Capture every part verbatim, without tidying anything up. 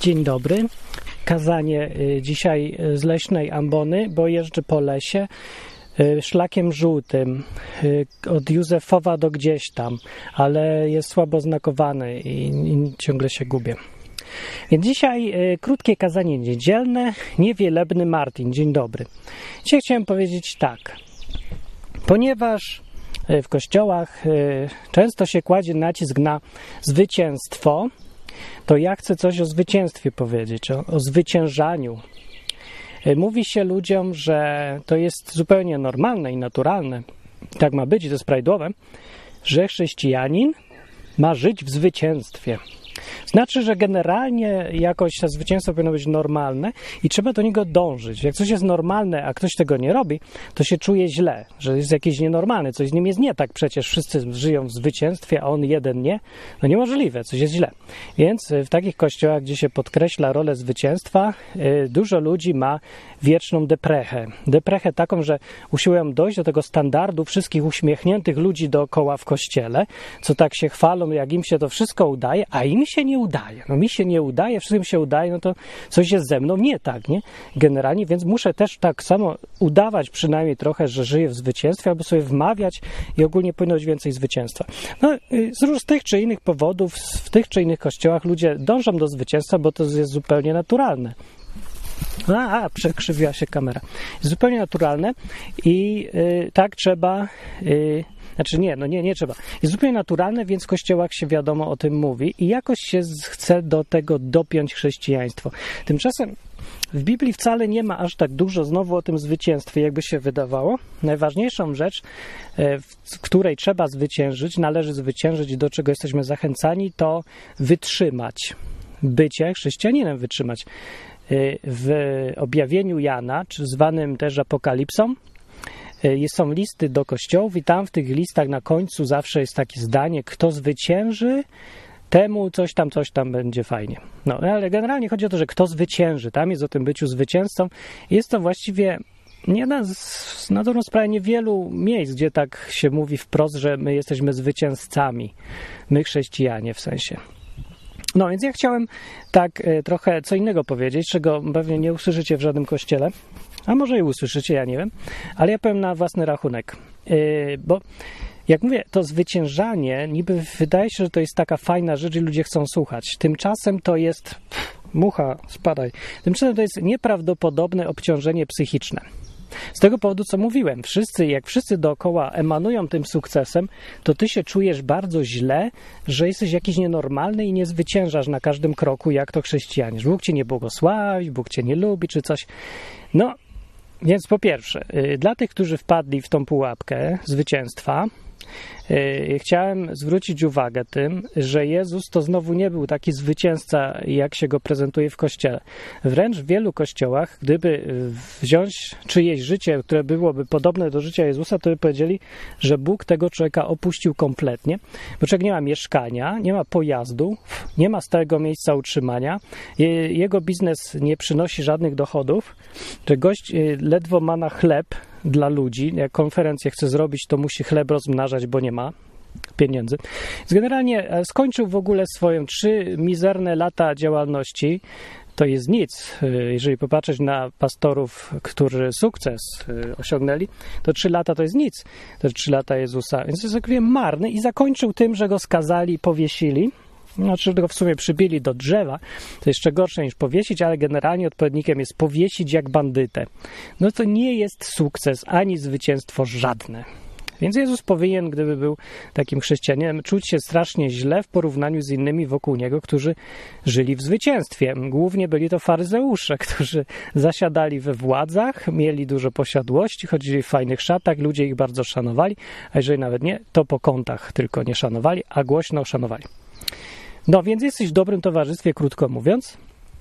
Dzień dobry. Kazanie dzisiaj z Leśnej Ambony, bo jeżdżę po lesie szlakiem żółtym od Józefowa do gdzieś tam, ale jest słabo znakowany i, i ciągle się gubię. Więc dzisiaj krótkie kazanie niedzielne, niewielebny Martin. Dzień dobry. Dzisiaj chciałem powiedzieć tak. Ponieważ w kościołach często się kładzie nacisk na zwycięstwo, to ja chcę coś o zwycięstwie powiedzieć, o, o zwyciężaniu. Mówi się ludziom, że to jest zupełnie normalne i naturalne, tak ma być i to jest prawidłowe, że chrześcijanin ma żyć w zwycięstwie. Znaczy, że generalnie jakoś to zwycięstwo powinno być normalne i trzeba do niego dążyć. Jak coś jest normalne, a ktoś tego nie robi, to się czuje źle, że jest jakiś nienormalny, coś z nim jest nie tak. Przecież wszyscy żyją w zwycięstwie, a on jeden nie. No niemożliwe, coś jest źle. Więc w takich kościołach, gdzie się podkreśla rolę zwycięstwa, dużo ludzi ma wieczną deprechę. Deprechę taką, że usiłują dojść do tego standardu wszystkich uśmiechniętych ludzi dookoła w kościele, co tak się chwalą, jak im się to wszystko udaje, a im się nie udaje. No mi się nie udaje, wszystkim się udaje, no to coś jest ze mną nie tak, nie? Generalnie, więc muszę też tak samo udawać przynajmniej trochę, że żyję w zwycięstwie, albo sobie wmawiać i ogólnie powinno być więcej zwycięstwa. No, z, z tych czy innych powodów, w tych czy innych kościołach ludzie dążą do zwycięstwa, bo to jest zupełnie naturalne. A, a przekrzywiła się kamera. Jest zupełnie naturalne i y, tak trzeba... Y, Znaczy nie, no nie, nie trzeba. Jest zupełnie naturalne, więc w kościołach się wiadomo o tym mówi i jakoś się chce do tego dopiąć chrześcijaństwo. Tymczasem w Biblii wcale nie ma aż tak dużo znowu o tym zwycięstwie, jakby się wydawało. Najważniejszą rzecz, w której trzeba zwyciężyć, należy zwyciężyć, do czego jesteśmy zachęcani, to wytrzymać. Bycie chrześcijaninem wytrzymać. W objawieniu Jana, czy zwanym też Apokalipsą, są listy do kościołów i tam w tych listach na końcu zawsze jest takie zdanie, kto zwycięży, temu coś tam, coś tam będzie fajnie. No, ale generalnie chodzi o to, że kto zwycięży, tam jest o tym byciu zwycięzcą. Jest to właściwie nie na, na dobrą sprawę niewielu miejsc, gdzie tak się mówi wprost, że my jesteśmy zwycięzcami, my chrześcijanie w sensie. No więc ja chciałem tak e, trochę co innego powiedzieć, czego pewnie nie usłyszycie w żadnym kościele. A może i usłyszycie, ja nie wiem, ale ja powiem na własny rachunek, yy, bo jak mówię, to zwyciężanie, niby wydaje się, że to jest taka fajna rzecz i ludzie chcą słuchać. Tymczasem to jest, pff, mucha, spadaj, tymczasem to jest nieprawdopodobne obciążenie psychiczne. Z tego powodu, co mówiłem, wszyscy, jak wszyscy dookoła emanują tym sukcesem, to ty się czujesz bardzo źle, że jesteś jakiś nienormalny i nie zwyciężasz na każdym kroku, jak to chrześcijanie. Bóg cię nie błogosławi, Bóg cię nie lubi, czy coś. No, więc po pierwsze, dla tych, którzy wpadli w tą pułapkę zwycięstwa, chciałem zwrócić uwagę tym, że Jezus to znowu nie był taki zwycięzca, jak się go prezentuje w Kościele. Wręcz w wielu kościołach, gdyby wziąć czyjeś życie, które byłoby podobne do życia Jezusa, to by powiedzieli, że Bóg tego człowieka opuścił kompletnie, bo człowiek nie ma mieszkania, nie ma pojazdu, nie ma stałego miejsca utrzymania, jego biznes nie przynosi żadnych dochodów, że gość ledwo ma na chleb dla ludzi. Jak konferencję chce zrobić, to musi chleb rozmnażać, bo nie ma pieniędzy. Więc generalnie skończył w ogóle swoją trzy mizerne lata działalności. To jest nic. Jeżeli popatrzeć na pastorów, którzy sukces osiągnęli, to trzy lata to jest nic. To trzy lata Jezusa. Więc jest jakby marny i zakończył tym, że go skazali, powiesili. Znaczy go w sumie przybili do drzewa, to jeszcze gorsze niż powiesić, ale generalnie odpowiednikiem jest powiesić jak bandytę. No to nie jest sukces, ani zwycięstwo żadne. Więc Jezus powinien, gdyby był takim chrześcijaninem, czuć się strasznie źle w porównaniu z innymi wokół Niego, którzy żyli w zwycięstwie. Głównie byli to faryzeusze, którzy zasiadali we władzach, mieli dużo posiadłości, chodzili w fajnych szatach, ludzie ich bardzo szanowali, a jeżeli nawet nie, to po kątach tylko nie szanowali, a głośno szanowali. No więc jesteś w dobrym towarzystwie, krótko mówiąc,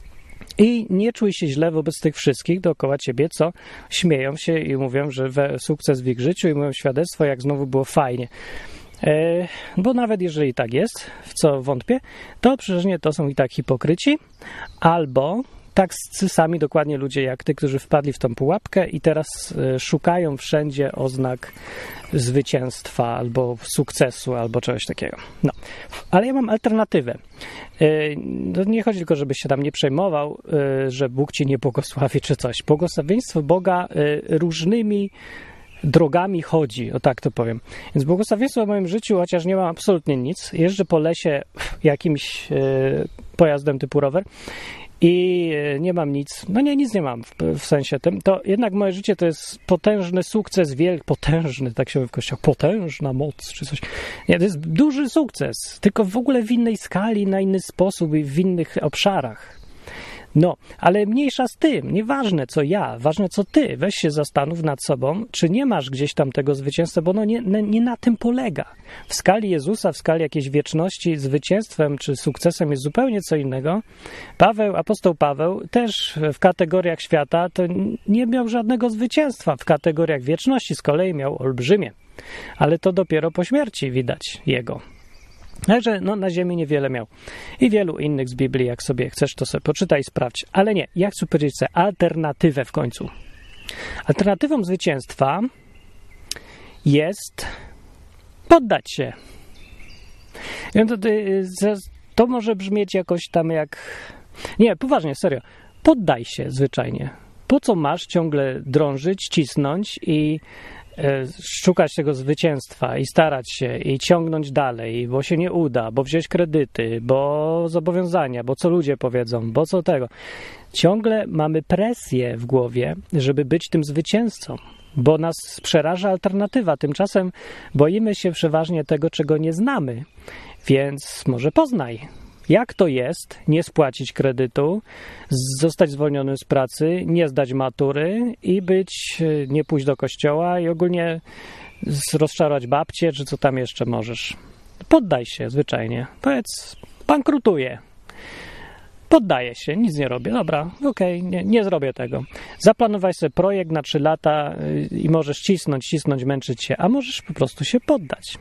i nie czuj się źle wobec tych wszystkich dookoła ciebie, co śmieją się i mówią, że we sukces w ich życiu i mówią świadectwo, jak znowu było fajnie. E, bo nawet jeżeli tak jest, w co wątpię, to przecież nie to są i tak hipokryci, albo tacy sami dokładnie ludzie jak ty, którzy wpadli w tą pułapkę i teraz szukają wszędzie oznak zwycięstwa albo sukcesu, albo czegoś takiego. No, ale ja mam alternatywę. No nie chodzi tylko, żebyś się tam nie przejmował, że Bóg ci nie błogosławi czy coś. Błogosławieństwo Boga różnymi drogami chodzi, o tak to powiem. Więc błogosławieństwo w moim życiu, chociaż nie mam absolutnie nic, jeżdżę po lesie jakimś pojazdem typu rower i nie mam nic, no nie, nic nie mam w, w sensie tym, to jednak moje życie to jest potężny sukces, wielki, potężny, tak się mówi w kościołach, potężna moc, czy coś. Nie, to jest duży sukces, tylko w ogóle w innej skali, na inny sposób i w innych obszarach. No, ale mniejsza z tym, nieważne co ja, ważne co ty, weź się zastanów nad sobą, czy nie masz gdzieś tam tego zwycięstwa, bo no nie, nie na tym polega. W skali Jezusa, w skali jakiejś wieczności zwycięstwem czy sukcesem jest zupełnie co innego. Paweł, apostoł Paweł też w kategoriach świata to nie miał żadnego zwycięstwa, w kategoriach wieczności z kolei miał olbrzymie, ale to dopiero po śmierci widać jego. Także no, na ziemi niewiele miał. I wielu innych z Biblii, jak sobie chcesz, to sobie poczytaj i sprawdź. Ale nie, ja chcę powiedzieć sobie alternatywę w końcu. Alternatywą zwycięstwa jest poddać się. To, to może brzmieć jakoś tam jak... Nie, poważnie, serio. Poddaj się zwyczajnie. Po co masz ciągle drążyć, cisnąć i szukać tego zwycięstwa i starać się i ciągnąć dalej, bo się nie uda, bo wziąć kredyty, bo zobowiązania, bo co ludzie powiedzą, bo co tego. Ciągle mamy presję w głowie, żeby być tym zwycięzcą, bo nas przeraża alternatywa. Tymczasem boimy się przeważnie tego, czego nie znamy, więc może poznaj. Jak to jest nie spłacić kredytu, zostać zwolnionym z pracy, nie zdać matury i być, nie pójść do kościoła i ogólnie rozczarować babcię, czy co tam jeszcze możesz. Poddaj się zwyczajnie. Powiedz, bankrutuję. Poddaję się, nic nie robię. Dobra, okej, okay, nie, nie zrobię tego. Zaplanowaj sobie projekt na trzy lata i możesz cisnąć, cisnąć, męczyć się, a możesz po prostu się poddać.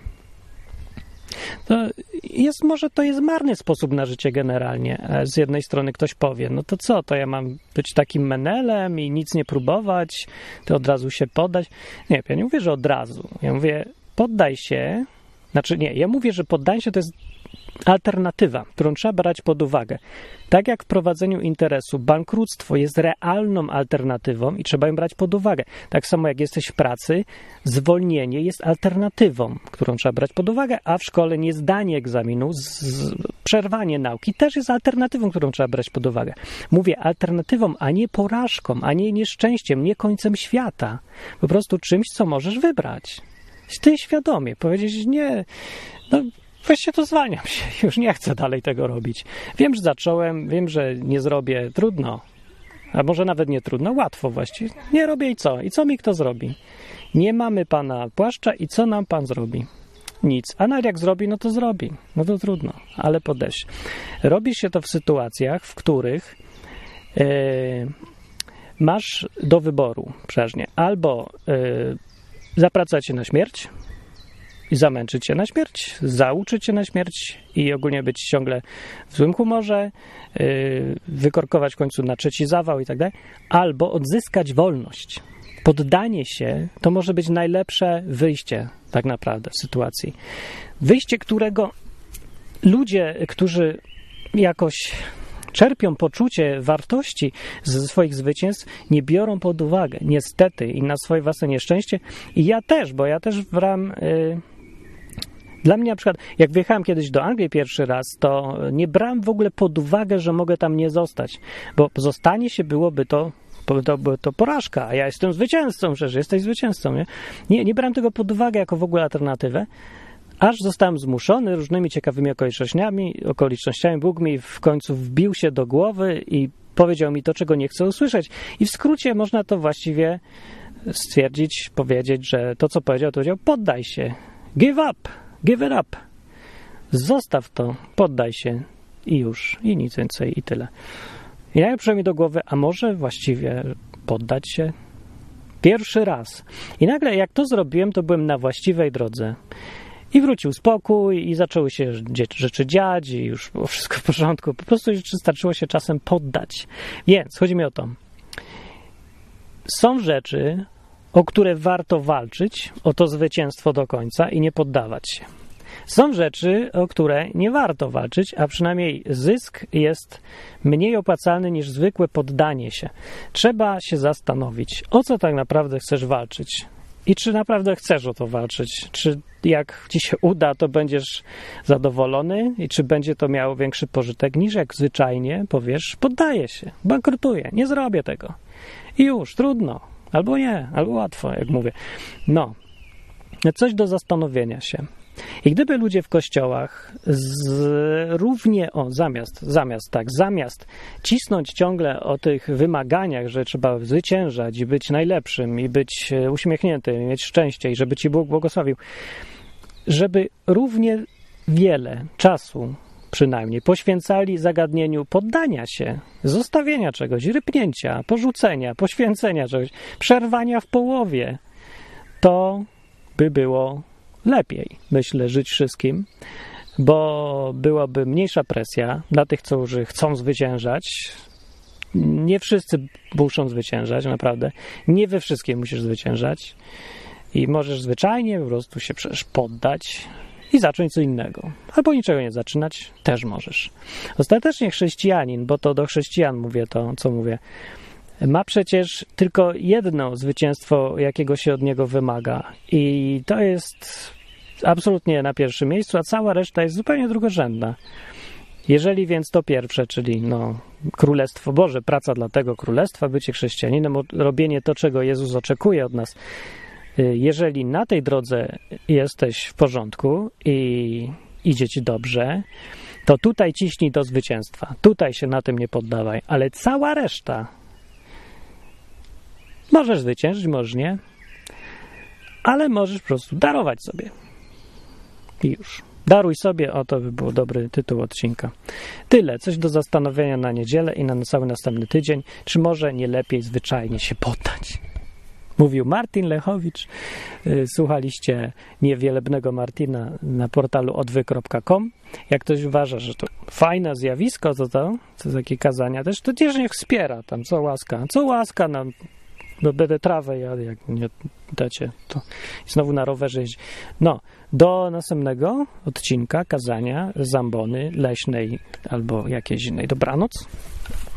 To jest, może to jest marny sposób na życie generalnie. Z jednej strony ktoś powie, no to co, to ja mam być takim menelem i nic nie próbować, to od razu się poddać. Nie, ja nie mówię, że od razu. Ja mówię, poddaj się, znaczy nie, ja mówię, że poddanie się to jest alternatywa, którą trzeba brać pod uwagę. Tak jak w prowadzeniu interesu, bankructwo jest realną alternatywą i trzeba ją brać pod uwagę. Tak samo jak jesteś w pracy, zwolnienie jest alternatywą, którą trzeba brać pod uwagę, a w szkole niezdanie egzaminu, z, z, przerwanie nauki też jest alternatywą, którą trzeba brać pod uwagę. Mówię alternatywą, a nie porażką, a nie nieszczęściem, nie końcem świata. Po prostu czymś, co możesz wybrać. Ty świadomie powiedzieć, nie, no weźcie to zwalniam się, już nie chcę dalej tego robić. Wiem, że zacząłem, wiem, że nie zrobię, trudno. A może nawet nie trudno, łatwo właściwie. Nie robię i co? I co mi kto zrobi? Nie mamy pana płaszcza i co nam pan zrobi? Nic. A nawet jak zrobi, no to zrobi. No to trudno, ale podejść. Robi się to w sytuacjach, w których yy, masz do wyboru przeważnie albo yy, zapracować się na śmierć, i zamęczyć cię na śmierć, zauczyć cię na śmierć i ogólnie być ciągle w złym humorze, yy, wykorkować w końcu na trzeci zawał i tak dalej, albo odzyskać wolność. Poddanie się to może być najlepsze wyjście tak naprawdę z sytuacji. Wyjście, którego ludzie, którzy jakoś czerpią poczucie wartości ze swoich zwycięstw, nie biorą pod uwagę, niestety, i na swoje własne nieszczęście. I ja też, bo ja też brałem... Yy, Dla mnie na przykład, jak wyjechałem kiedyś do Anglii pierwszy raz, to nie brałem w ogóle pod uwagę, że mogę tam nie zostać, bo zostanie się byłoby to, to, to porażka, a ja jestem zwycięzcą, przecież jesteś zwycięzcą, nie? Nie, nie brałem tego pod uwagę jako w ogóle alternatywę, aż zostałem zmuszony różnymi ciekawymi okolicznościami, okolicznościami. Bóg mi w końcu wbił się do głowy i powiedział mi to, czego nie chcę usłyszeć. I w skrócie można to właściwie stwierdzić, powiedzieć, że to, co powiedział, to powiedział, poddaj się, give up. Give it up. Zostaw to, poddaj się i już, i nic więcej, i tyle. I ja przyszło mi do głowy, a może właściwie poddać się? Pierwszy raz. I nagle jak to zrobiłem, to byłem na właściwej drodze. I wrócił spokój i zaczęły się rzeczy dziać i już było wszystko w porządku. Po prostu wystarczyło się czasem poddać. Więc chodzi mi o to. Są rzeczy, o które warto walczyć, o to zwycięstwo do końca i nie poddawać się. Są rzeczy, o które nie warto walczyć, a przynajmniej zysk jest mniej opłacalny niż zwykłe poddanie się. Trzeba się zastanowić, o co tak naprawdę chcesz walczyć i czy naprawdę chcesz o to walczyć. Czy jak ci się uda, to będziesz zadowolony i czy będzie to miało większy pożytek niż jak zwyczajnie powiesz, poddaję się, bankrutuję, nie zrobię tego. I już, trudno. Albo nie, albo łatwo, jak mówię. No, coś do zastanowienia się. I gdyby ludzie w kościołach z, równie, o, zamiast, zamiast, tak, zamiast cisnąć ciągle o tych wymaganiach, że trzeba zwyciężać i być najlepszym i być uśmiechniętym, i mieć szczęście i żeby ci Bóg błogosławił, żeby równie wiele czasu przynajmniej poświęcali zagadnieniu poddania się, zostawienia czegoś, rypnięcia, porzucenia, poświęcenia czegoś, przerwania w połowie, to by było lepiej, myślę, żyć wszystkim, bo byłaby mniejsza presja dla tych, którzy chcą zwyciężać. Nie wszyscy muszą zwyciężać, naprawdę. Nie we wszystkim musisz zwyciężać i możesz zwyczajnie po prostu się przecież poddać i zacząć co innego. Albo niczego nie zaczynać, też możesz. Ostatecznie chrześcijanin, bo to do chrześcijan mówię to, co mówię, ma przecież tylko jedno zwycięstwo, jakiego się od niego wymaga. I to jest absolutnie na pierwszym miejscu, a cała reszta jest zupełnie drugorzędna. Jeżeli więc to pierwsze, czyli no, Królestwo Boże, praca dla tego Królestwa, bycie chrześcijaninem, robienie to, czego Jezus oczekuje od nas, jeżeli na tej drodze jesteś w porządku i idzie ci dobrze, to tutaj ciśnij do zwycięstwa. Tutaj się na tym nie poddawaj. Ale cała reszta możesz zwyciężyć, możesz nie, ale możesz po prostu darować sobie. I już. Daruj sobie, o to by był dobry tytuł odcinka. Tyle, coś do zastanowienia na niedzielę i na cały następny tydzień. Czy może nie lepiej zwyczajnie się poddać? Mówił Martin Lechowicz. Słuchaliście niewielebnego Martina na portalu odwyk kropka com. Jak ktoś uważa, że to fajne zjawisko, to to, to takie kazania też, to też niech wspiera tam, co łaska. Co łaska nam, no będę trawę jadł, jak nie dacie, to znowu na rowerze jeździ. No, do następnego odcinka kazania z ambony leśnej albo jakiejś innej. Dobranoc.